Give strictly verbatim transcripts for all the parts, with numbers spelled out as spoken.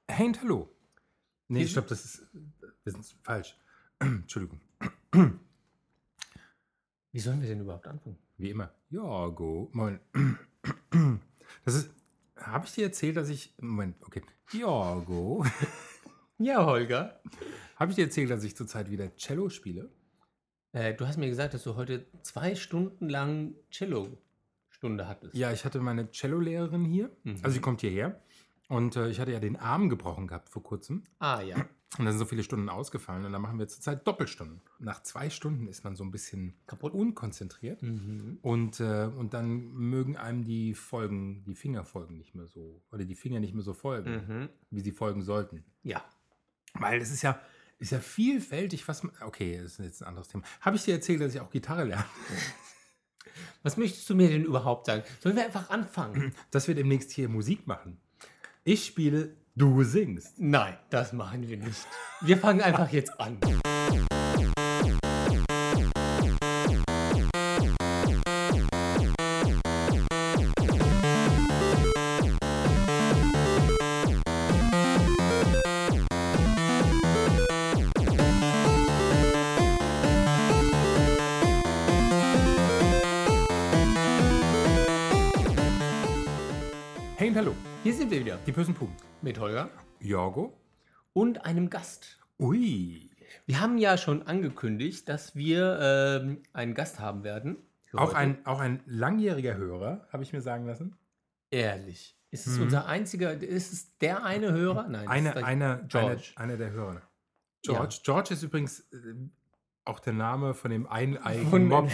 Hey und hallo. Nee, Wir stopp, sind- das ist, wir sind falsch. Entschuldigung, Wie sollen wir denn überhaupt anfangen? wie immer. Jorgo, Moment. Das ist, habe ich dir erzählt, dass ich, Moment, okay. Jorgo, Ja, Holger. habe ich dir erzählt, dass ich zurzeit wieder Cello spiele? Äh, du hast mir gesagt, dass du heute zwei Stunden lang Cello-Stunde hattest. Ja, ich hatte meine Cello-Lehrerin hier, also sie Mhm. kommt hierher und äh, ich hatte ja den Arm gebrochen gehabt vor kurzem Ah, ja. und da sind so viele Stunden ausgefallen und dann machen wir zurzeit Doppelstunden. Nach zwei Stunden ist man so ein bisschen Kaputt. unkonzentriert. Mhm. Und, äh, und dann mögen einem die Folgen, die Fingerfolgen nicht mehr so, oder die Finger nicht mehr so folgen, Mhm. wie sie folgen sollten. Ja. Weil es ist ja, ist ja vielfältig, was man, okay, das ist jetzt ein anderes Thema. Habe ich dir erzählt, dass ich auch Gitarre lerne? Was möchtest du mir denn überhaupt sagen? Sollen wir einfach anfangen? Dass wir demnächst hier Musik machen. Ich spiele, du singst. Nein, das machen wir nicht. Wir fangen einfach jetzt an. Hey und hallo, Hier sind wir wieder die bösen Puben. mit Holger Jorgo. und einem Gast. Ui. Wir haben ja schon angekündigt, dass wir ähm, einen Gast haben werden. für Auch heute. ein, auch ein langjähriger Hörer, habe ich mir sagen lassen. Ehrlich. Ist es Mhm. unser einziger, ist es der eine Hörer? Nein, das Eine, ist gleich eine, George. Eine, einer der Hörer. Ja. George. George ist übrigens äh, auch der Name von dem eineigen Von- Mob.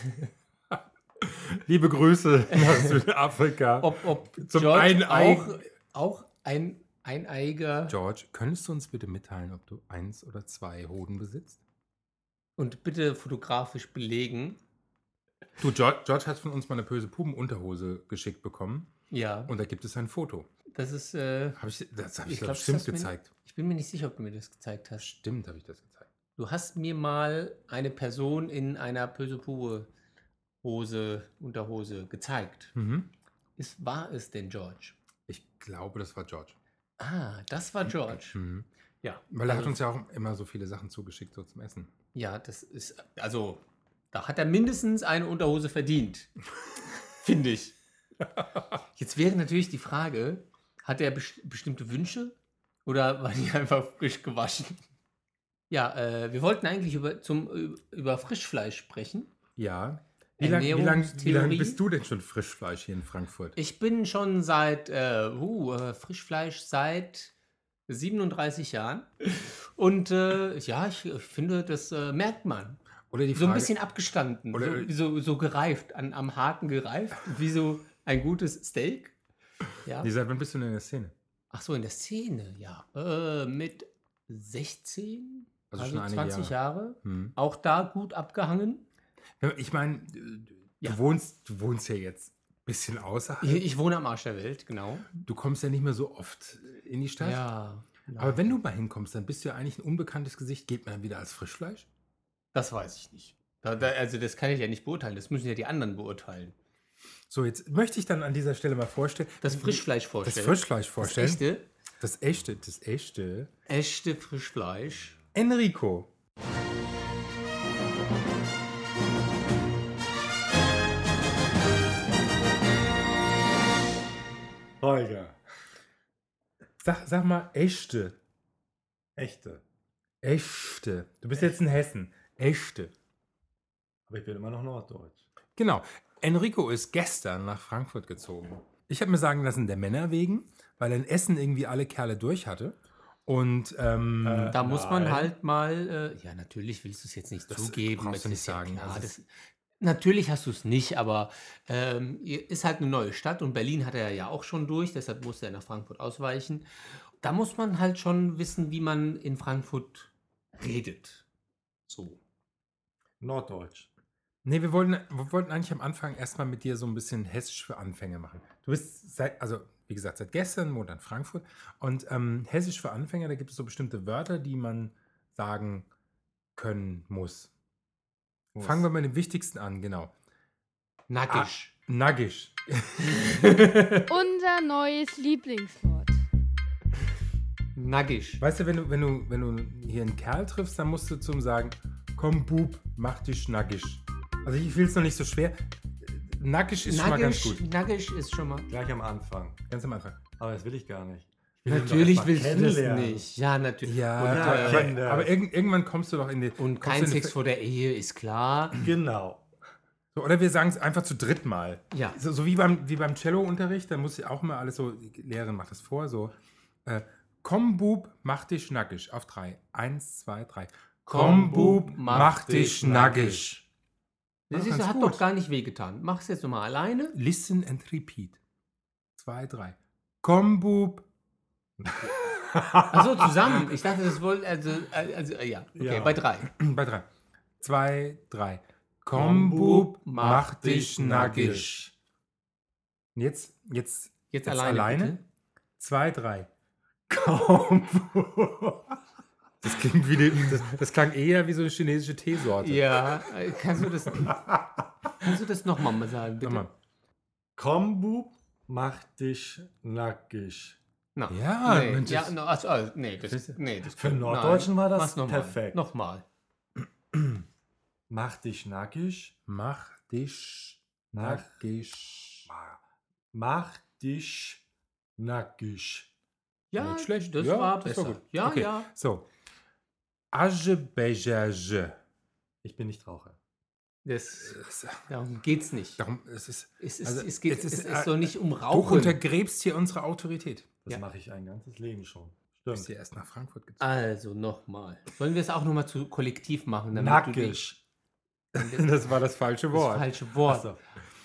Liebe Grüße nach Südafrika. ob ob Zum George Eineig- auch, auch ein eineiger George, könntest du uns bitte mitteilen, ob du eins oder zwei Hoden besitzt? und bitte fotografisch belegen. Du, George, George hat von uns mal eine böse Puben-Unterhose geschickt bekommen Ja, und da gibt es ein Foto. das ist, äh, Hab ich, das habe Ich ich, glaub, glaub, bestimmt das hast du mir- gezeigt. ich bin mir nicht sicher, ob du mir das gezeigt hast. Stimmt, habe ich das gezeigt. Du hast mir mal eine Person in einer böse Pube Hose, Unterhose gezeigt. Mhm. Ist, war es denn George? Ich glaube, das war George. Ah, das war George. Mhm. Ja. Weil er hat also- uns ja auch immer so viele Sachen zugeschickt, so zum Essen. Ja, das ist, also, da hat er mindestens eine Unterhose verdient. Finde ich. Jetzt wäre natürlich die Frage, hat er bes bestimmte Wünsche oder war die einfach frisch gewaschen? Ja, äh, wir wollten eigentlich über, zum, über Frischfleisch sprechen. Ja. Wie lange wie lang, wie lang Ernährungstheorie? bist du denn schon Frischfleisch hier in Frankfurt? Ich bin schon seit, äh, uh, äh, Frischfleisch seit siebenunddreißig Jahren. Und äh, ja, ich äh, finde, das äh, merkt man. Oder die So ein Frage, bisschen abgestanden, Oder- so, so, so gereift, an, am Haken gereift, wie so ein gutes Steak. Ja. Nee, seit wann bist du denn in der Szene? Ach so, in der Szene, ja. Äh, mit sechzehn, Also also, schon einige zwanzig Jahre. Hm. Auch da gut abgehangen. Ich meine, du, Ja. wohnst, du wohnst ja jetzt ein bisschen außerhalb. Ich, ich wohne am Arsch der Welt, genau. Du kommst ja nicht mehr so oft in die Stadt. Ja. Aber wenn du mal hinkommst, dann bist du ja eigentlich ein unbekanntes Gesicht. Geht man wieder als Frischfleisch? Das weiß ich nicht. Da, da, also das kann ich ja nicht beurteilen. Das müssen ja die anderen beurteilen. So, jetzt möchte ich dann an dieser Stelle mal vorstellen. Das Frischfleisch Das vorstellen. Frischfleisch Das vorstellen. echte, Das echte, das echte. echte Frischfleisch. Enrico. Holger. Sag, sag mal echte. Echte. Echte. Du bist jetzt in Hessen. Echte. Aber ich bin immer noch Norddeutsch. Genau. Enrico ist gestern nach Frankfurt gezogen. Ich habe mir sagen lassen, der Männer wegen, weil er in Essen irgendwie alle Kerle durch hatte. Und ähm, Äh, Da muss man Nein. halt mal, äh, ja, natürlich willst du es jetzt nicht Das zugeben. brauchst es du nicht ist ja sagen. klar, Das das, ist- natürlich hast du es nicht, aber ähm, ist halt eine neue Stadt und Berlin hat er ja auch schon durch, deshalb musste er nach Frankfurt ausweichen. Da muss man halt schon wissen, wie man in Frankfurt redet. So. Norddeutsch. nee, wir wollten, wir wollten eigentlich am Anfang erstmal mit dir so ein bisschen Hessisch für Anfänger machen. Du bist seit, also wie gesagt, seit gestern wohnt in Frankfurt. Und ähm, Hessisch für Anfänger, da gibt es so bestimmte Wörter, die man sagen können muss. Muss. Fangen wir mit dem Wichtigsten an, genau. Nackig. Naggisch. Unser neues Lieblingswort. Nagisch. Weißt du, wenn du, wenn du, wenn du hier einen Kerl triffst, dann musst du zum sagen, komm Bub, mach dich nackig. Also ich will es noch nicht so schwer. Nackig ist schon mal ganz gut. Nagisch ist schon mal. Gleich am Anfang. Ganz am Anfang. Aber das will ich gar nicht. Ich will ihn doch Natürlich erst mal willst du es kennenlernen. nicht. Ja, natürlich. Ja, Und, Ja, äh, aber, Kinder. aber irgend, irgendwann kommst du doch in die... und kommst kein du in die- Sex vor der Ehe ist klar. Genau. So, oder wir sagen es einfach zu dritt mal. Ja. So, so wie beim, wie beim Cello-Unterricht, da muss ich auch immer alles so, die Lehrerin macht das vor, so, äh, komm Bub, mach dich nackig. Auf drei. Eins, zwei, drei. Komm Bub, mach dich nackig. Das Ja, ist, ganz hat gut. doch gar nicht wehgetan. Mach es jetzt nochmal alleine. Listen and repeat. Zwei, drei. Komm Bub. Achso, zusammen. Ich dachte, das wollte, also, also, äh, ja. Okay, Ja. bei drei. Bei drei. Zwei, drei. Komm Bub, mach dich nackig. Und Jetzt, jetzt, Jetzt, Jetzt alleine, alleine? bitte. zwei, drei. Komm Bub. Das klingt wie die, das, das klang eher wie so eine chinesische Teesorte. Ja, äh, kannst du das, kannst du das nochmal mal sagen, bitte? Nochmal. Komm, Bub, mach dich nackig. Na, Ja, nee, Mensch, ja, das- no, also, also, nee, das, nee, das Für einen Norddeutschen war das Mach's noch mal. perfekt. Nochmal. Mach dich nackig. Mach dich Nach- nackig. Mach dich nackig. Ja, Nicht schlecht. das Ja, war das besser. war gut. Ja, Okay. ja. So. Azerbaijan. Ich bin nicht Raucher. Das, Es- darum geht's nicht. Darum, es ist, Es, ist, also, es, geht, es es, ist, ist, äh, doch nicht um du Rauchen. untergräbst hier unsere Autorität. Das Ja. mache ich ein ganzes Leben schon. Du bist Stimmt. hier erst nach Frankfurt gezogen. Also nochmal. Sollen wir es auch nochmal zu kollektiv machen? damit du dich- Nackig. Das war das falsche Das Wort. falsche Wort. Achso.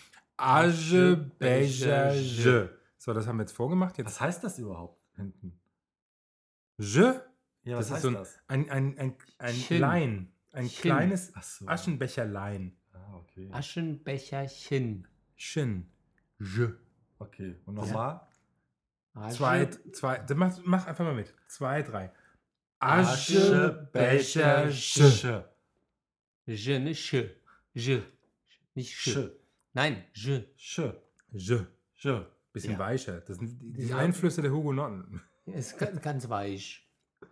Azerbaijan. So, das haben wir jetzt vorgemacht. Jetzt Was heißt das überhaupt hinten? Je. Ja, Das was ist heißt so ein, das? ein, ein, ein, ein Chin. Lein. Ein Chin. kleines Achso. Aschenbecherlein. Ah, okay. Aschenbecherchen. Chin. Je. Okay. Und nochmal? Asche- Zwei, zwei, dann mach, mach einfach mal mit. Zwei, drei. Aschebecher. Aschebecher. Je, nicht Sch. Je. Nicht Sch. Sch. Nein, Je. Sch. Je. Sch. Bisschen Ja. weicher. Das sind die, die Ja. Einflüsse der Hugenotten. Ist ganz, ganz weich.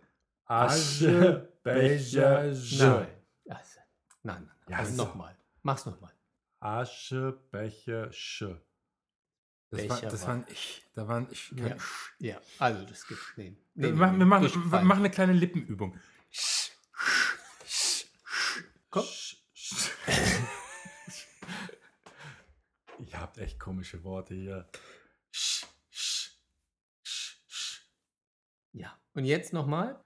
Aschebecher. Nein. Also, nein, nein. Ja, also so. nochmal. Mach's nochmal. Aschebecher. Sch. Das war, Becher das war- waren ich. Da waren ich. Ja. Ja, also das gibt nee. nee, Wir nee, machen, nee, wir, machen, wir durchgefallen. machen eine kleine Lippenübung. Komm. Ihr habt echt komische Worte hier. Ja. Und jetzt nochmal.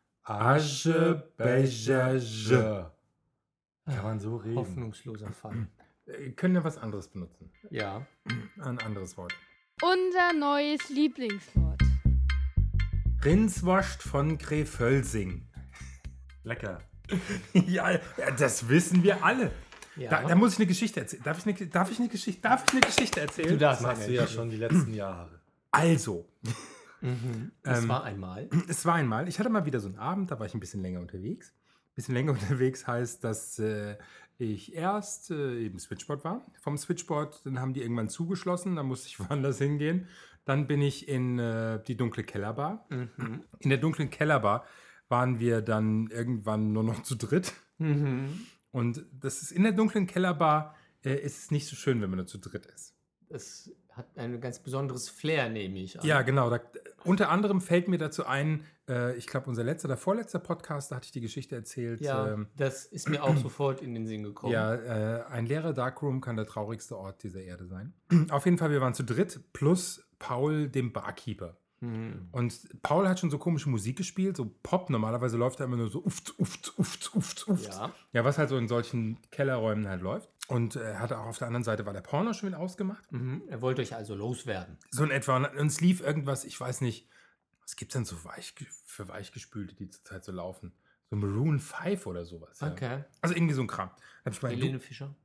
Aschebecher. Kann man so reden? Hoffnungsloser Fall. Wir können ja was anderes benutzen. Ja. Ein anderes Wort. Unser neues Lieblingswort. Rindswurst von Krefölsing. Lecker. ja, ja, das wissen wir alle. Ja. Da, da muss ich eine Geschichte erzählen. Darf ich eine, darf ich eine, Geschichte, darf ich eine Geschichte erzählen? Du Das darfst machst du eine- ja schon die letzten Jahre. Also, Mhm. Das Ähm, war einmal. es war einmal, ich hatte mal wieder so einen Abend, da war ich ein bisschen länger unterwegs. Ein bisschen länger unterwegs heißt, dass äh, ich erst äh, eben Switchboard war. Vom Switchboard, dann haben die irgendwann zugeschlossen, dann musste ich woanders hingehen. Dann bin ich in äh, die dunkle Kellerbar. Mhm. In der dunklen Kellerbar waren wir dann irgendwann nur noch zu dritt. Mhm. Und das ist in der dunklen Kellerbar äh, ist es nicht so schön, wenn man nur zu dritt ist. Das hat ein ganz besonderes Flair, nehme ich an. Ja, genau. Da, unter anderem fällt mir dazu ein, äh, ich glaube, unser letzter oder vorletzter Podcast, da hatte ich die Geschichte erzählt. Ja, ähm, das ist mir auch sofort in den Sinn gekommen. ja, äh, ein leerer Darkroom kann der traurigste Ort dieser Erde sein. Auf jeden Fall, wir waren zu dritt plus Paul, dem Barkeeper. Mhm. Und Paul hat schon so komische Musik gespielt, so Pop. Normalerweise läuft er immer nur so uft, uft, uft, uft, uft. Ja. Ja, was halt so in solchen Kellerräumen halt läuft. Und er hatte auch auf der anderen Seite, war der Porno schon wieder ausgemacht. Mhm. Er wollte euch also loswerden. So in etwa. Und uns lief irgendwas, ich weiß nicht, was gibt es denn so weich, für Weichgespülte, die zurzeit so laufen? So Maroon fünf oder sowas. Ja. Okay. Also irgendwie so ein Kram. Da hab ich gemeint, Helene du, Fischer.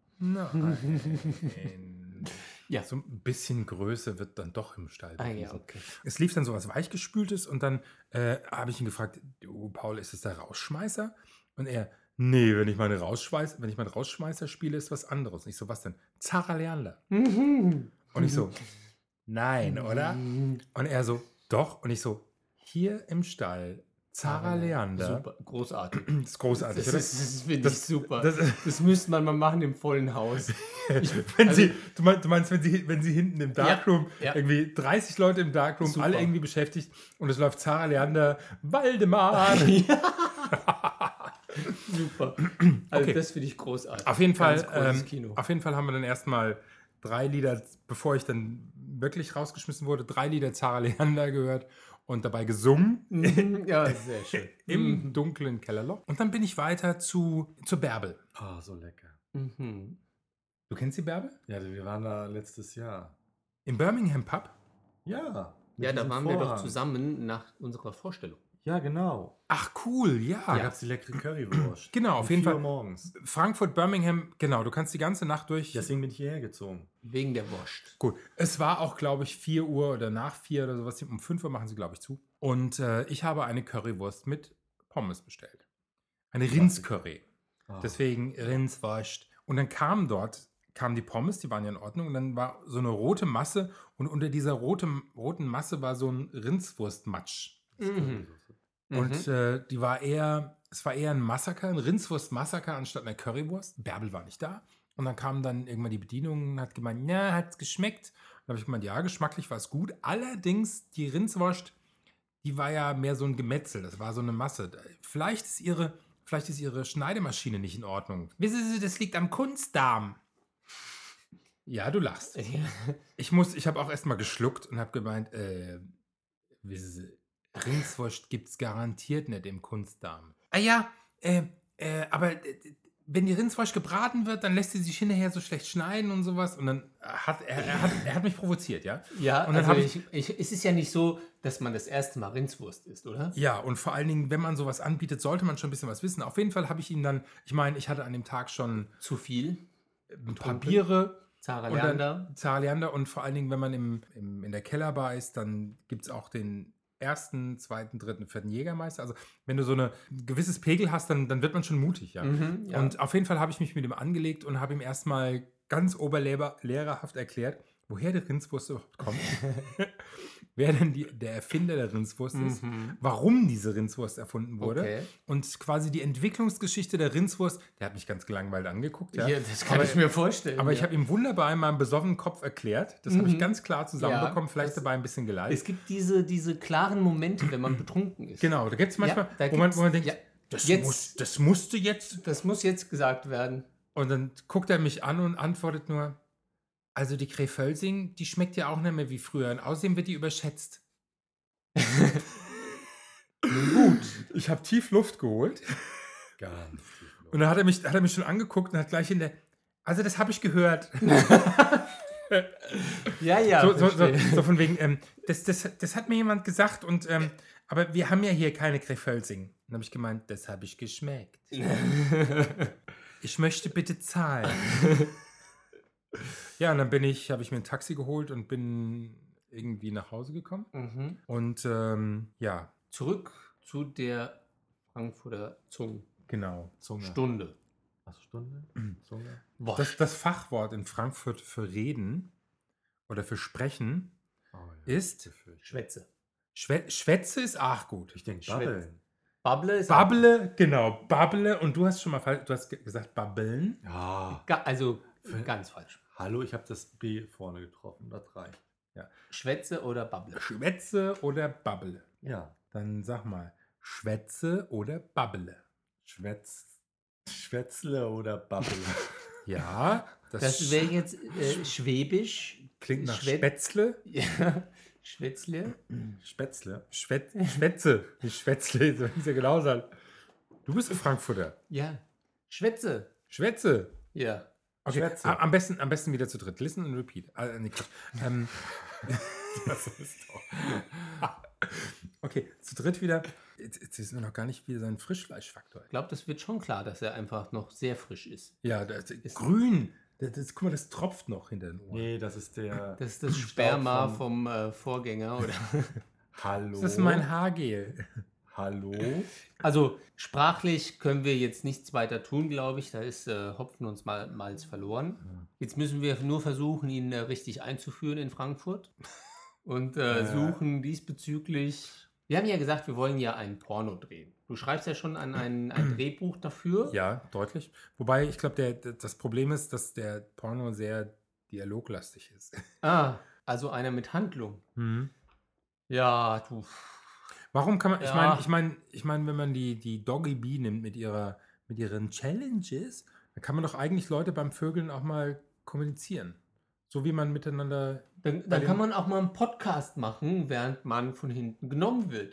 nein. Ja. So ein bisschen Größe wird dann doch im Stall Ah ja, bewiesen. okay. Es lief dann so was Weichgespültes und dann äh, habe ich ihn gefragt, du Paul, ist es der Rausschmeißer? Und er, nee, wenn ich meine Rausschmeiß, wenn ich meinen Rausschmeißer spiele, ist was anderes. Und ich so, was denn? Zara Leander. Mhm. Und ich so, nein, oder? Und er so, doch. Und ich so, hier im Stall Zara Leander. Super, großartig. Das ist großartig, Das, oder? ist, das finde ich Das- super. das- Das, müsste man mal machen im vollen Haus. Ich, Wenn also, sie, du, meinst, du meinst, wenn sie, wenn sie hinten im Darkroom, ja. irgendwie dreißig Leute im Darkroom, Super. alle irgendwie beschäftigt und es läuft Zara Leander, Waldemar. super. Also Okay. das finde ich großartig. Auf jeden Fall, Ganz großes ähm, Kino. auf jeden Fall haben wir dann erstmal drei Lieder, bevor ich dann wirklich rausgeschmissen wurde, drei Lieder Zara Leander gehört und dabei gesungen Mhm, ja, sehr schön. im dunklen Kellerloch. Und dann bin ich weiter zu, zu Bärbel. Ah, so lecker. Mhm. Du kennst die Bärbel? Ja, wir waren da letztes Jahr. Im Birmingham Pub? Ja. mit Ja, da diesem waren wir doch Vorhang. zusammen nach unserer Vorstellung. Ja, genau. Ach cool, ja. Da gab es die leckere Currywurst. Genau, auf Um jeden vier Fall. Uhr morgens. Frankfurt, Birmingham, genau, du kannst die ganze Nacht durch. Deswegen bin ich hierher gezogen. Wegen der Wurst. Gut, es war auch, glaube ich, vier Uhr oder nach vier oder sowas. Um fünf Uhr machen sie, glaube ich, zu. Und äh, ich habe eine Currywurst mit Pommes bestellt. Eine Rindscurry. Ah. Deswegen Rindswurst. Und dann kam dort, kamen die Pommes, die waren ja in Ordnung. Und dann war so eine rote Masse. Und unter dieser rote, roten Masse war so ein Rindswurstmatsch. Mhm. Und äh, die war eher, es war eher ein Massaker, ein Rindswurst-Massaker anstatt einer Currywurst. Bärbel war nicht da. Und dann kam dann irgendwann die Bedienung und hat gemeint, ja, hat es geschmeckt? Dann habe ich gemeint, ja, geschmacklich war es gut. Allerdings, die Rindswurst, die war ja mehr so ein Gemetzel. Das war so eine Masse. Vielleicht ist ihre, vielleicht ist ihre Schneidemaschine nicht in Ordnung. Wissen Sie, das liegt am Kunstdarm. Ja, du lachst. Ich muss, ich habe auch erstmal geschluckt und habe gemeint, äh, wissen Sie, Rindswurst gibt es garantiert nicht im Kunstdarm. Ah ja, äh, äh, aber äh, wenn die Rindswurst gebraten wird, dann lässt sie sich hinterher so schlecht schneiden und sowas. Und dann hat er, er, hat, er hat mich provoziert, ja? Ja, Und dann also hab ich, ich, es ist ja nicht so, dass man das erste Mal Rindswurst isst, oder? Ja, und vor allen Dingen, wenn man sowas anbietet, sollte man schon ein bisschen was wissen. Auf jeden Fall habe ich ihn dann, ich meine, ich hatte an dem Tag schon Zu viel. ein paar Biere. Zara Und Leander. dann Zara Leander und vor allen Dingen, wenn man im, im, in der Kellerbar ist, dann gibt es auch den ersten, zweiten, dritten, vierten Jägermeister. Also wenn du so eine, ein gewisses Pegel hast, dann, dann wird man schon mutig, ja. Mhm, ja. Und auf jeden Fall habe ich mich mit ihm angelegt und habe ihm erstmal ganz oberlehrerhaft erklärt, woher die Rindswurst überhaupt kommt. Wer denn die, der Erfinder der Rindswurst ist, Mhm. warum diese Rindswurst erfunden wurde Okay. und quasi die Entwicklungsgeschichte der Rindswurst. Der hat mich ganz gelangweilt angeguckt. Ja, Ja, das kann Aber- ich mir vorstellen. aber ich ja. habe ihm wunderbar in meinem besoffenen Kopf erklärt. Das habe ich Mhm. ganz klar zusammenbekommen, Ja, vielleicht das- dabei ein bisschen geleitet. Es gibt diese, diese klaren Momente, wenn man betrunken ist. Genau, da gibt es manchmal, Ja, da wo, man, gibt's- wo man denkt, ja, das, jetzt- muss, das musste jetzt. Das muss jetzt gesagt werden. Und dann guckt er mich an und antwortet nur, also die Krefelsing, die schmeckt ja auch nicht mehr wie früher. Und außerdem wird die überschätzt. Gut. Ich habe tief Luft geholt. Ganz tief. Und dann hat er mich, hat er mich schon angeguckt und hat gleich in der, also das habe ich gehört. Ja, ja. so, so, so, verstehe. so von wegen, ähm, das, das, das hat mir jemand gesagt und ähm, aber wir haben ja hier keine Krefelsing. Dann habe ich gemeint, das habe ich geschmeckt. Ich möchte bitte zahlen. Ja, und dann bin ich, habe ich mir ein Taxi geholt und bin irgendwie nach Hause gekommen. Mhm. Und ähm, ja, Zurück zu der Frankfurter Zunge. genau. Zunge. Stunde. Ach, Stunde? Zunge? Wurst. Das, das Fachwort in Frankfurt für reden oder für sprechen Oh, ja. ist Gefühlt. Schwätze. Schwä Schwätze ist ach gut. Ich denke, Schwätze. babbeln. Babble ist Babble, genau, Babble. Und du hast schon mal falsch, du hast ge- gesagt babbeln. Ja. Ga also Für- ganz falsch. Hallo, ich habe das B vorne getroffen. Das reicht. Schwätze oder Babble? Schwätze oder Babble? Ja. Dann sag mal, Schwätze oder Babble? Schwätz. Schwätzle oder Babbel. Ja, das, Das wäre jetzt äh, Schwäbisch. klingt nach Schwä- Spätzle. Ja. Schwätzle. Spätzle. Schwät Schwätze, nicht Schwätzle, so ist ja genauso. halt. Du bist ein Frankfurter. Ja. Schwätze. Schwätze. Ja. Okay, Schwätze. a- am besten, am besten wieder zu dritt. Listen and repeat. Äh, nee, Quatsch. ähm, Das ist doch. okay, zu dritt wieder. Jetzt, jetzt wissen wir noch gar nicht, wie sein Frischfleischfaktor Ich glaube, das wird schon klar, dass er einfach noch sehr frisch ist. Ja, das, Ist- grün. Das, das, guck mal, das tropft noch hinter den Ohren. Nee, das ist der. Das ist das Staub Sperma vom- vom äh, Vorgänger, oder? Hallo. Das ist mein Haargel. Hallo. Also sprachlich können wir jetzt nichts weiter tun, glaube ich. Da ist äh, Hopfen uns mal Malz verloren. Jetzt müssen wir nur versuchen, ihn äh, richtig einzuführen in Frankfurt und äh, Äh. suchen diesbezüglich Wir haben ja gesagt, wir wollen ja ein Porno drehen. Du schreibst ja schon an ein, ein Drehbuch dafür. Ja, deutlich. Wobei, ich glaube, der, der, das Problem ist, dass der Porno sehr dialoglastig ist. Ah, also einer mit Handlung. Mhm. Ja, du. Warum kann man, ich Ja. meine, ich meine, ich meine, wenn man die, die Doggy Bee nimmt mit ihrer, mit ihren Challenges, dann kann man doch eigentlich Leute beim Vögeln auch mal kommunizieren. So wie man miteinander. Dann, Bei dann den- kann man auch mal einen Podcast machen, während man von hinten genommen wird.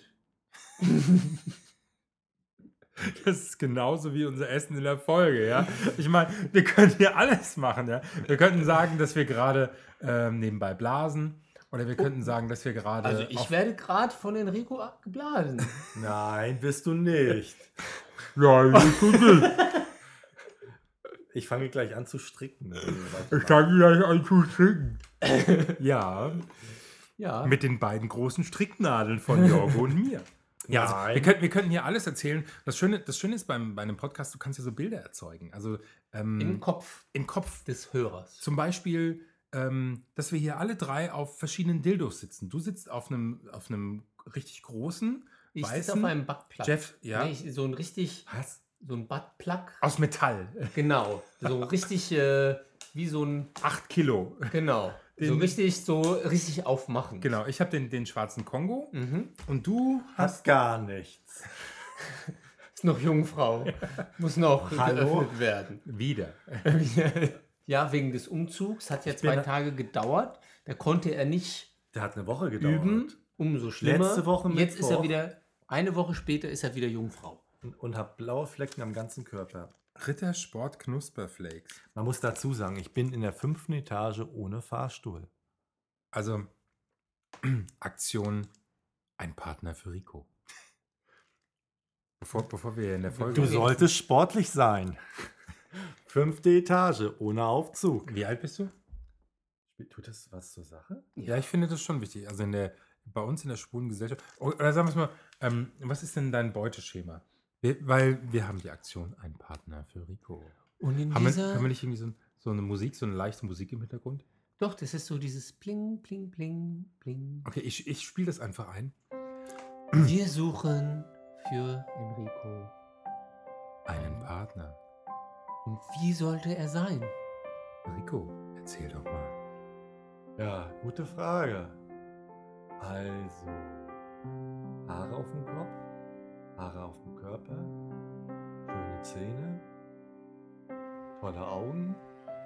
Das ist genauso wie unser Essen in der Folge, ja. Ich meine, wir können hier alles machen, ja. Wir könnten sagen, dass wir gerade ähm, nebenbei blasen. Oder wir könnten sagen, dass wir gerade. Also ich auf- werde gerade von Enrico geblasen. Nein, bist du nicht. Ja, ich kann Ich fange gleich an zu stricken. gleich einzustricken. Ja, Ja. mit den beiden großen Stricknadeln von Jorgo und mir. Ja, also Nein. wir, könnten, wir könnten hier alles erzählen. Das Schöne, das Schöne ist beim, bei einem Podcast, du kannst ja so Bilder erzeugen. Also ähm, Im Kopf im Kopf. des Hörers. Zum Beispiel, ähm, dass wir hier alle drei auf verschiedenen Dildos sitzen. Du sitzt auf einem, auf einem richtig großen, Ich sitze weißen auf einem Buttplug. Jeff, ja, Nee, ich, so ein richtig, Was? so ein Buttplug. aus Metall. Genau. So richtig, äh, wie so ein, Acht Kilo. genau. so Den- richtig, so richtig aufmachen. Genau, ich habe den, den schwarzen Kongo Mhm. und du hast. Hast gar nichts. Ist noch Jungfrau. Muss noch Hallo? geöffnet werden. Wieder. Ja, wegen des Umzugs. Hat ja Ich bin- zwei Tage gedauert. Da konnte er nicht Der hat eine Woche gedauert. üben. Umso schlimmer. Letzte Woche Jetzt ist er Mittwoch. wieder, eine Woche später ist er wieder Jungfrau. Und, und hab blaue Flecken am ganzen Körper. Rittersport Knusperflakes. Man muss dazu sagen, ich bin in der fünften Etage ohne Fahrstuhl. Also, Aktion Ein Partner für Rico. Bevor, bevor wir in der Folge. Du solltest sportlich sein. Fünfte Etage ohne Aufzug. Wie alt bist du? Tut das was zur Sache? Ja, ich finde das schon wichtig. Also in der, bei uns in der schwulen Gesellschaft. Oder sagen wir es mal, ähm, was ist denn dein Beuteschema? Wir, weil wir haben die Aktion Ein Partner für Rico. Und in Haben wir, dieser... haben wir nicht irgendwie so, ein- so eine Musik, so eine leichte Musik im Hintergrund? Doch, das ist so dieses Pling, Pling, Pling, Pling. Okay, ich, ich spiele das einfach ein. Wir suchen für Enrico. Einen Partner. Und wie sollte er sein? Rico, erzähl doch mal. Ja, gute Frage. Also, Haare auf dem Kopf, Haare auf dem Körper, schöne Zähne, tolle Augen,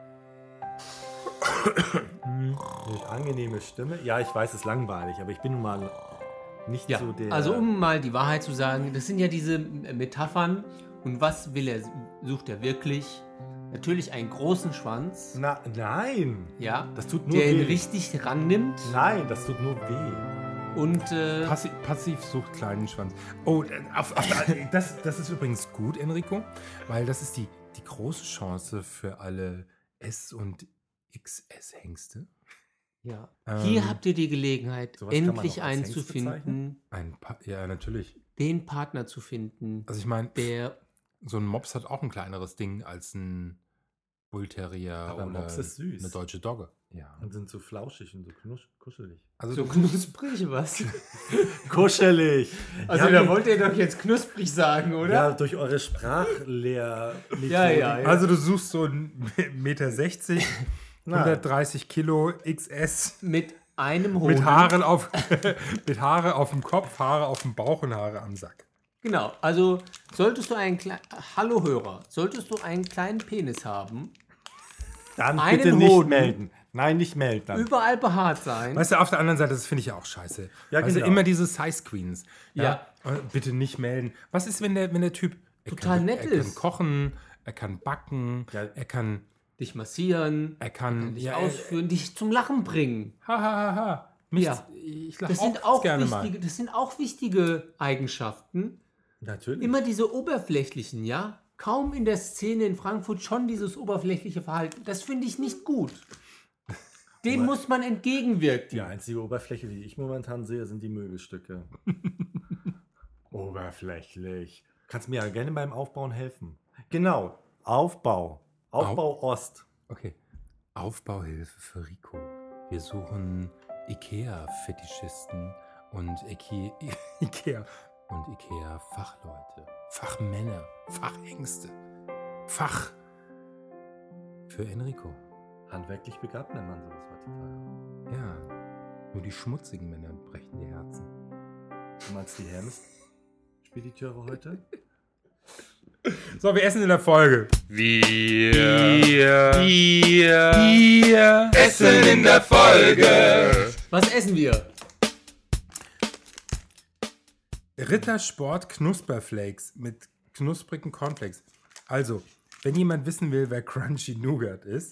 eine angenehme Stimme. Ja, ich weiß, es ist langweilig, aber ich bin nun mal nicht Ja, so der... also um mal die Wahrheit zu sagen, das sind ja diese Metaphern. Und was will er, sucht er wirklich? Natürlich einen großen Schwanz, Na, nein, ja, das tut nur der ihn weh. richtig rannimmt Nein, das tut nur weh. und äh, Passiv, passiv sucht kleinen Schwanz. Oh, äh, auf, auf, der- das, das ist übrigens gut, Enrico, weil das ist die, die große Chance für alle S- und X S-Hengste. ja. Ähm, Hier habt ihr die Gelegenheit, sowas kann man endlich auch als einen Hengst zu finden, bezeichnen? Ein pa ja, natürlich. den Partner zu finden, Also ich meine, der so ein Mops hat auch ein kleineres Ding als ein Bullterrier Aber oder Mops ist süß. eine deutsche Dogge. Ja. Und sind so flauschig und so knusch, kuschelig. Also so du- knusprig was. Kuschelig! Also Ja, da wie- wollt ihr doch jetzt knusprig sagen, oder? Ja, durch eure Sprachlehr. Ja, ja, ja. also du suchst so einen Meter sechzig, Nein. hundertdreißig Kilo X S Mit einem Hoden. mit Haaren auf mit Haare auf dem Kopf, Haare auf dem Bauch und Haare am Sack. Genau, also solltest du einen kleinen, hallo Hörer, solltest du einen kleinen Penis haben, Dann einen bitte nicht Hoden. melden. Nein, nicht melden. Dann. überall behaart sein. Weißt du, auf der anderen Seite, das finde ich ja auch scheiße. Ja, weißt genau. du, immer diese Size Queens. Ja. Äh, Bitte nicht melden. Was ist, wenn der, wenn der Typ er Total kann, nett er kann ist. kochen, er kann backen, Ja. er kann, Dich massieren, er kann, dich ja, ausführen, dich zum Lachen bringen. ha, ha, ha, ha. Mich, Ja. Ich lache Das auch, sind auch, gerne wichtige, mal. das sind auch wichtige Eigenschaften. Natürlich. Immer diese oberflächlichen, ja? Kaum in der Szene in Frankfurt schon dieses oberflächliche Verhalten. Das finde ich nicht gut. Dem Aber- muss man entgegenwirken. Die einzige Oberfläche, die ich momentan sehe, sind die Möbelstücke. Oberflächlich. Kannst mir ja gerne beim Aufbauen helfen. Genau. Aufbau. Aufbau Ost. Okay. Aufbauhilfe für Rico. Wir suchen Ikea-Fetischisten und Ikea, Ikea und Ikea Fachleute, Fachmänner, Fachängste, Fach für Enrico. Handwerklich begabt nennt man sowas heutzutage. Ja, nur die schmutzigen Männer brechen die Herzen. Du meinst die Hermes-Spediteure heute? So, wir essen in der Folge. Wir, wir, wir, wir essen in der Folge. Was essen wir? Rittersport Knusperflakes mit knusprigen Cornflakes. Also, wenn jemand wissen will, wer Crunchy Nougat ist.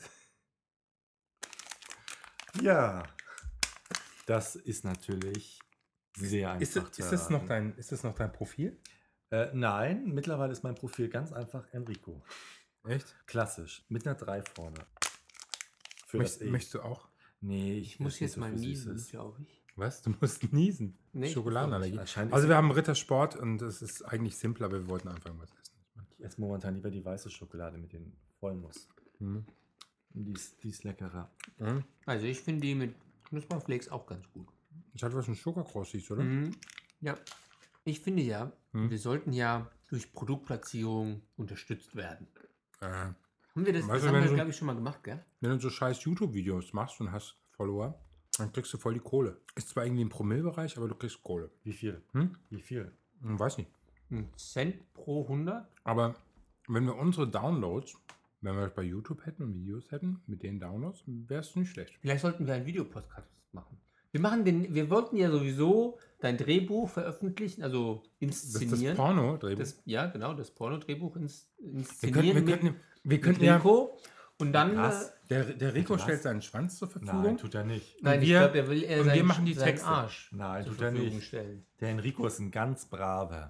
Ja, das ist natürlich sehr einfach. Ist, das- zu ist, das noch erraten. dein, ist das noch dein Profil? Äh, nein, mittlerweile ist mein Profil ganz einfach Enrico. Echt? Klassisch, mit einer drei vorne. Für Möcht, das E. möchtest du auch? Nee, Ich muss esse nicht jetzt so mal viel niesen, Süßes. glaube ich. Was? Du musst niesen. Nee, Schokoladenallergie. Anscheinend Also ist- wir haben Rittersport und es ist eigentlich simpler, aber wir wollten einfach was essen. Ich esse momentan lieber die weiße Schokolade mit den Vollnuss. Mhm. Die ist, die ist leckerer. Mhm. Also ich finde die mit Knusperflakes auch ganz gut. Ich hatte was mit Schokokrossig, oder? Mhm. Ja. Ich finde ja, Hm. wir sollten ja durch Produktplatzierung unterstützt werden. Äh, Haben wir das, Weißt das du, haben wenn wir, so- glaube ich, schon mal gemacht, gell? wenn du so scheiß YouTube-Videos machst und hast Follower, dann kriegst du voll die Kohle. Ist zwar irgendwie im Promillbereich, aber du kriegst Kohle. Wie viel? Hm? Wie viel? Hm, weiß nicht. Ein Cent pro hundert? Aber wenn wir unsere Downloads, wenn wir das bei YouTube hätten und Videos hätten, mit den Downloads, wäre es nicht schlecht. Vielleicht sollten wir einen Videopodcast machen. Wir machen den, wir wollten ja sowieso dein Drehbuch veröffentlichen, also Das ist das inszenieren. Porno-Drehbuch. Das, ja, genau, das Pornodrehbuch ins, Wir inszenieren könnten, wir mit, könnten, wir mit könnten ja, Rico. Und dann. Krass. Äh, der, der Rico Was? stellt seinen Schwanz zur Verfügung. Nein, tut er nicht. nein, ich wir- glaube, er will eher und seinen, wir machen die seinen Texte. Arsch Nein, zur tut er Verfügung nicht. stellen. Der Enrico ist ein ganz braver.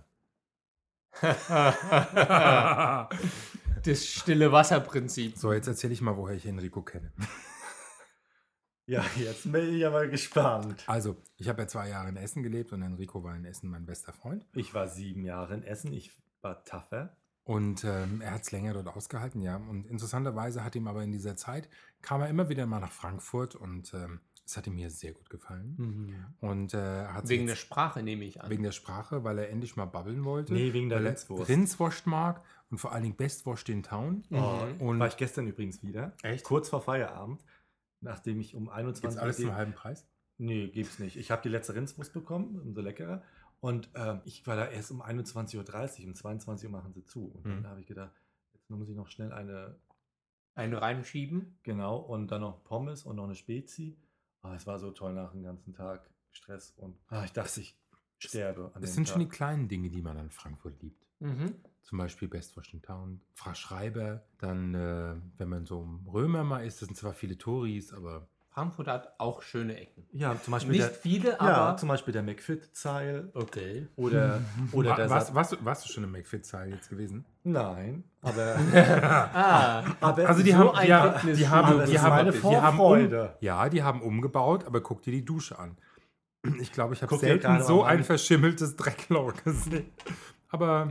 Das stille Wasserprinzip. So, jetzt erzähle ich mal, woher ich Enrico kenne. Ja, jetzt bin ich aber gespannt. Also, ich habe ja zwei Jahre in Essen gelebt und Enrico war in Essen mein bester Freund. Ich war sieben Jahre in Essen. Ich war tougher. Und ähm, er hat es länger dort ausgehalten, ja. Und interessanterweise hat ihm aber in dieser Zeit, kam er immer wieder mal nach Frankfurt und ähm, es hat ihm hier sehr gut gefallen. Und äh, er hat Wegen sich der jetzt- Sprache nehme ich an. wegen der Sprache, weil er endlich mal babbeln wollte. Nee, wegen der weil er Rindswurst. Rindswurst mag und vor allen Dingen Bestwurst in Town. Oh, Und- war ich gestern übrigens wieder. Echt? Kurz vor Feierabend. Nachdem ich um Gibt's einundzwanzig alles Uhr zum halben Preis? Nee, gibt's nicht. Ich habe die letzte Rindswurst bekommen, umso leckerer. Und ähm, ich war da erst um einundzwanzig Uhr dreißig, um zweiundzwanzig Uhr machen sie zu. Und Mhm. dann habe ich gedacht, jetzt muss ich noch schnell eine, Eine reinschieben. genau, und dann noch Pommes und noch eine Spezi. Oh, es war so toll nach dem ganzen Tag Stress. Und ah, ich dachte, ich sterbe an Das dem sind schon die Tag. kleinen Dinge, die man an Frankfurt liebt. Mhm. Zum Beispiel Bestwurst in Town, Frau Schreiber. Dann, äh, wenn man so im Römer mal ist, das sind zwar viele Touris, aber Frankfurt hat auch schöne Ecken. Ja, zum Beispiel Nicht der, viele, ja, aber. zum Beispiel der McFit-Zeil Okay. oder, oder der Wa- warst, Sat- warst, du, warst du schon im McFit-Zahl jetzt gewesen? Nein, aber, Ah, aber Also die so haben, ein die, haben- Fitness- die haben, Aber das die ist haben, meine die haben um, Vorfreude. ja, die haben umgebaut, aber guck dir die Dusche an. Ich glaube, ich habe Guck dir selten gerade so mal meine- ein verschimmeltes Dreckloch gesehen. Aber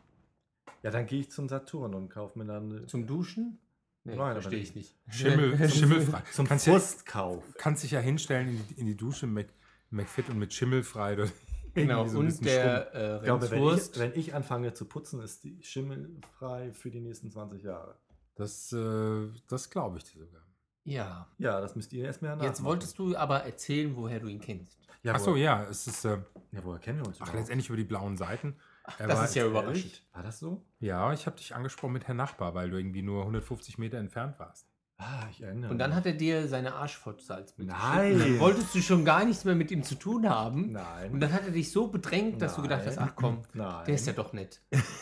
ja, dann gehe ich zum Saturn und kaufe mir dann eine- zum Duschen? Nee, Nein, aber verstehe nicht. ich nicht. Schimmel, schimmelfrei. zum kannst, ja, Frustkauf. kannst dich ja hinstellen in die, in die Dusche Mac, McFit und mit schimmelfrei. Oder Genau, irgendwie so ein und bisschen der äh, Ich glaube, wenn ich, Rindswurst. wenn ich anfange zu putzen, ist die schimmelfrei für die nächsten zwanzig Jahre. Das, äh, das glaube ich dir sogar. Ja. Ja, das müsst ihr erst mehr Jetzt wolltest du aber erzählen, woher du ihn kennst. Ja, Achso, woher- ja, es ist, äh, Ja, woher kennen wir uns ach, überhaupt? letztendlich über die blauen Seiten. Er das war- ist ja überraschend. Ehrlich? War das so? Ja, ich habe dich angesprochen mit Herrn Nachbar, weil du irgendwie nur hundertfufzig Meter entfernt warst. Ah, ich erinnere Und dann mich. hat er dir seine Arschfotzsalz mitgeschickt. Nein. Und dann wolltest du schon gar nichts mehr mit ihm zu tun haben. Nein. Und dann hat er dich so bedrängt, dass du gedacht hast, Nein. ach komm, Nein. der ist ja doch nett.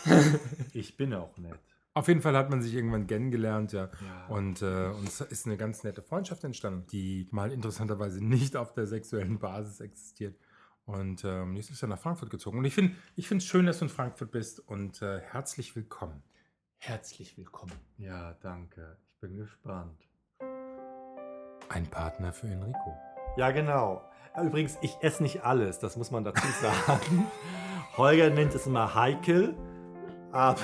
Ich bin auch nett. Auf jeden Fall hat man sich irgendwann kennengelernt, ja. Ja. Und äh, uns ist eine ganz nette Freundschaft entstanden, die mal interessanterweise nicht auf der sexuellen Basis existiert. Und ähm, jetzt ist er nach Frankfurt gezogen. Und ich finde ich es schön, dass du in Frankfurt bist und äh, herzlich willkommen. Herzlich willkommen. Ja, danke. Ich bin gespannt. Ein Partner für Enrico. Ja, genau. Übrigens, ich esse nicht alles, das muss man dazu sagen. Holger nennt es immer heikel, aber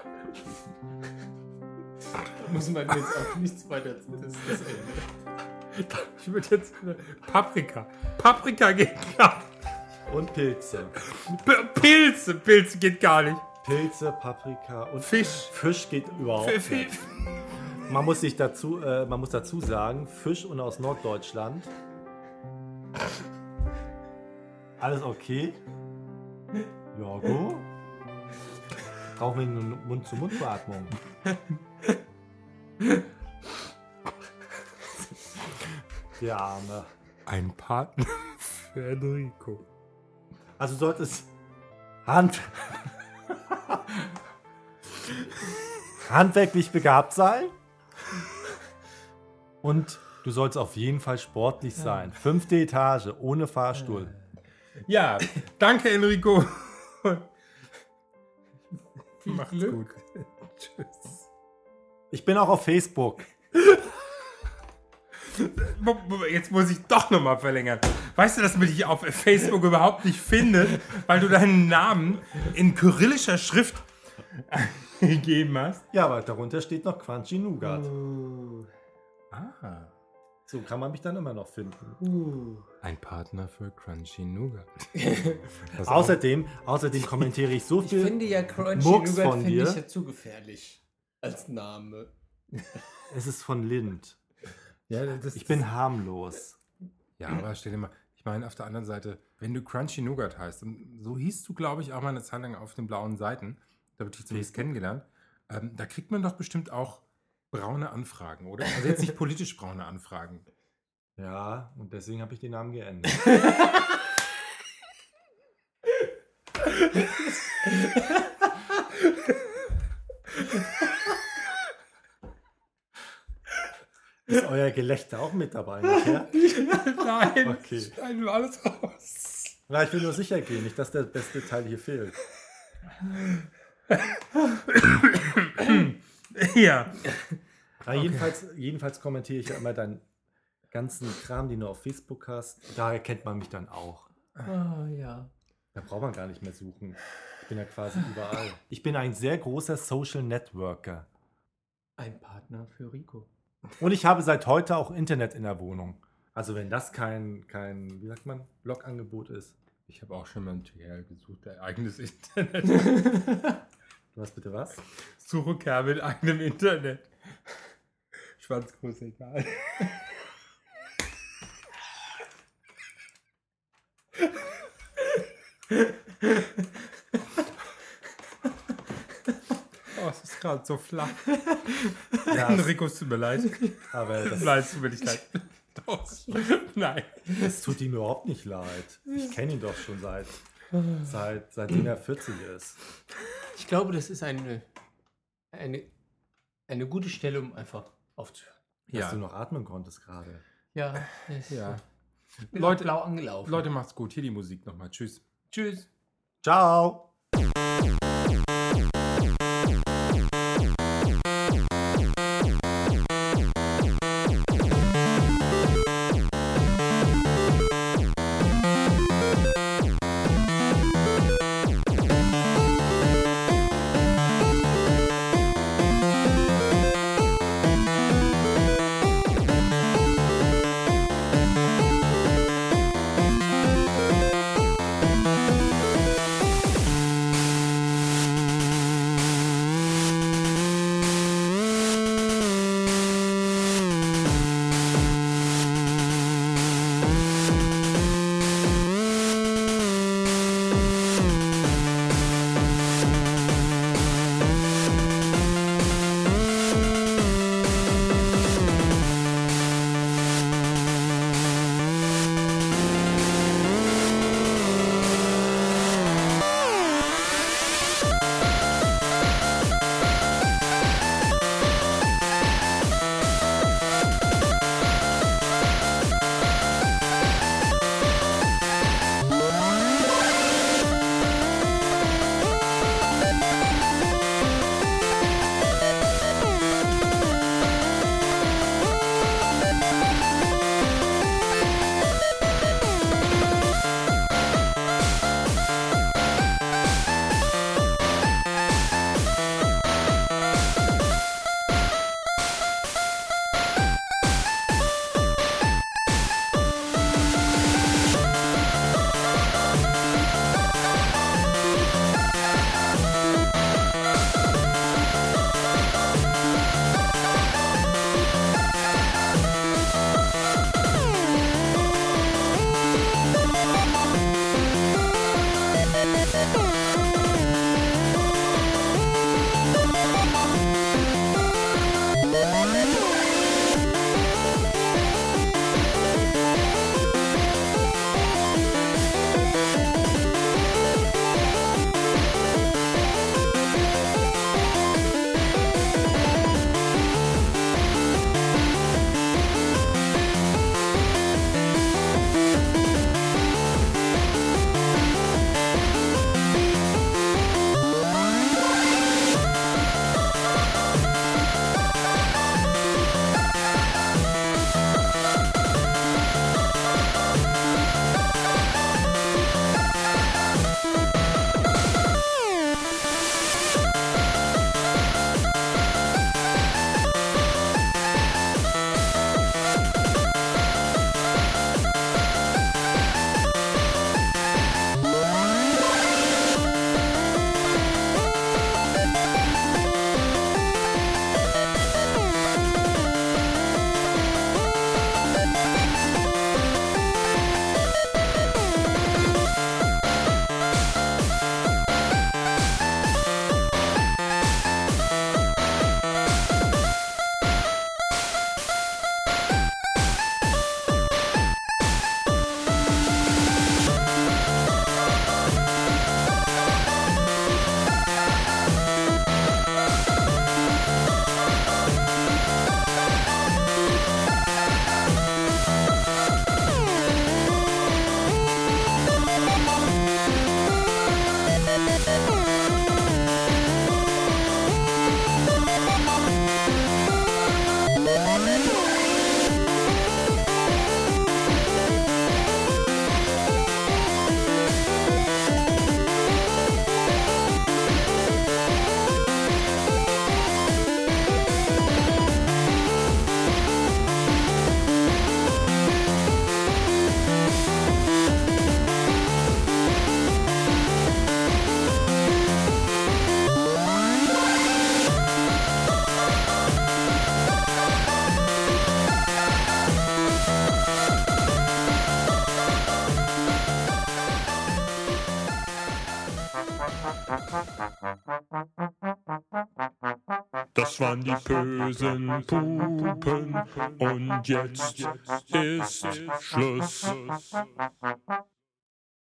Da muss man jetzt auch nichts weiter. Das ist das Ende. Ich würde jetzt äh, Paprika. Paprika geht gar nicht. Und Pilze. P- Pilze. Pilze geht gar nicht. Pilze, Paprika und Fisch. Fisch geht überhaupt F- nicht. F- Man muss sich dazu, äh, man muss dazu sagen, Fisch und aus Norddeutschland. Alles okay? Ja, gut. Brauchen wir eine Mund-zu-Mund-Beatmung. Der Arme. Ein Partner für Enrico. Also sollte es Hand handwerklich begabt sein. Und du sollst auf jeden Fall sportlich sein. Fünfte Etage, ohne Fahrstuhl. Ja, danke Enrico. Viel Macht's Glück. gut. Tschüss. Ich bin auch auf Facebook. Jetzt muss ich doch nochmal verlängern. Weißt du, dass man dich auf Facebook überhaupt nicht findet, weil du deinen Namen in kyrillischer Schrift gegeben hast? Ja, aber darunter steht noch Crunchy Nougat. Ah. So kann man mich dann immer noch finden. Ein Partner für Crunchy Nougat. Das Außerdem, außerdem kommentiere ich so Ich viel. finde ja Crunchy Mucks Nougat von finde dir. ich ja zu gefährlich als Name. Es ist von Lind. ja, das, Ich bin harmlos. Ja, aber stell dir mal, ich meine, auf der anderen Seite, wenn du Crunchy Nougat heißt, und so hieß du, glaube ich, auch mal eine Zeit lang auf den blauen Seiten, da habe ich dich zumindest kennengelernt, ähm, da kriegt man doch bestimmt auch braune Anfragen, oder? Also jetzt nicht politisch braune Anfragen. Ja, und deswegen habe ich den Namen geändert. Ist euer Gelächter auch mit dabei, nicht, ja? Nein, Okay. schneiden wir alles raus. Na, ich will nur sicher gehen, nicht, dass der beste Teil hier fehlt. Ja. Na, jedenfalls, jedenfalls kommentiere ich ja immer deinen ganzen Kram, den du auf Facebook hast. Da erkennt man mich dann auch. Ah, ja. Da braucht man gar nicht mehr suchen. Ich bin ja quasi überall. Ich bin ein sehr großer Social Networker. Ein Partner für Rico. Und ich habe seit heute auch Internet in der Wohnung. Also wenn das kein, kein wie sagt man, Blogangebot ist. Ich habe auch schon mal ein T L gesucht, der eigenes Internet. Du hast bitte was? Suche mit eigenem Internet. Schwanzgroß, egal. Oh, es ist gerade so flach. Ja, Enrico, es tut mir leid. aber das, Nein, es tut mir nicht leid. Doch. Nein. das tut ihm überhaupt nicht leid. Ich kenne ihn doch schon seit, seit seitdem er vierzig ist. Ich glaube, das ist eine, eine, eine gute Stelle, um einfach aufzuhören. Dass Ja, du noch atmen konntest gerade. Ja, es ja. bin Leute- Leute, blau angelaufen. Leute, macht's gut. Hier die Musik nochmal. Tschüss. Tschüss. Ciao! Das waren die bösen Pupen und jetzt ist Schluss.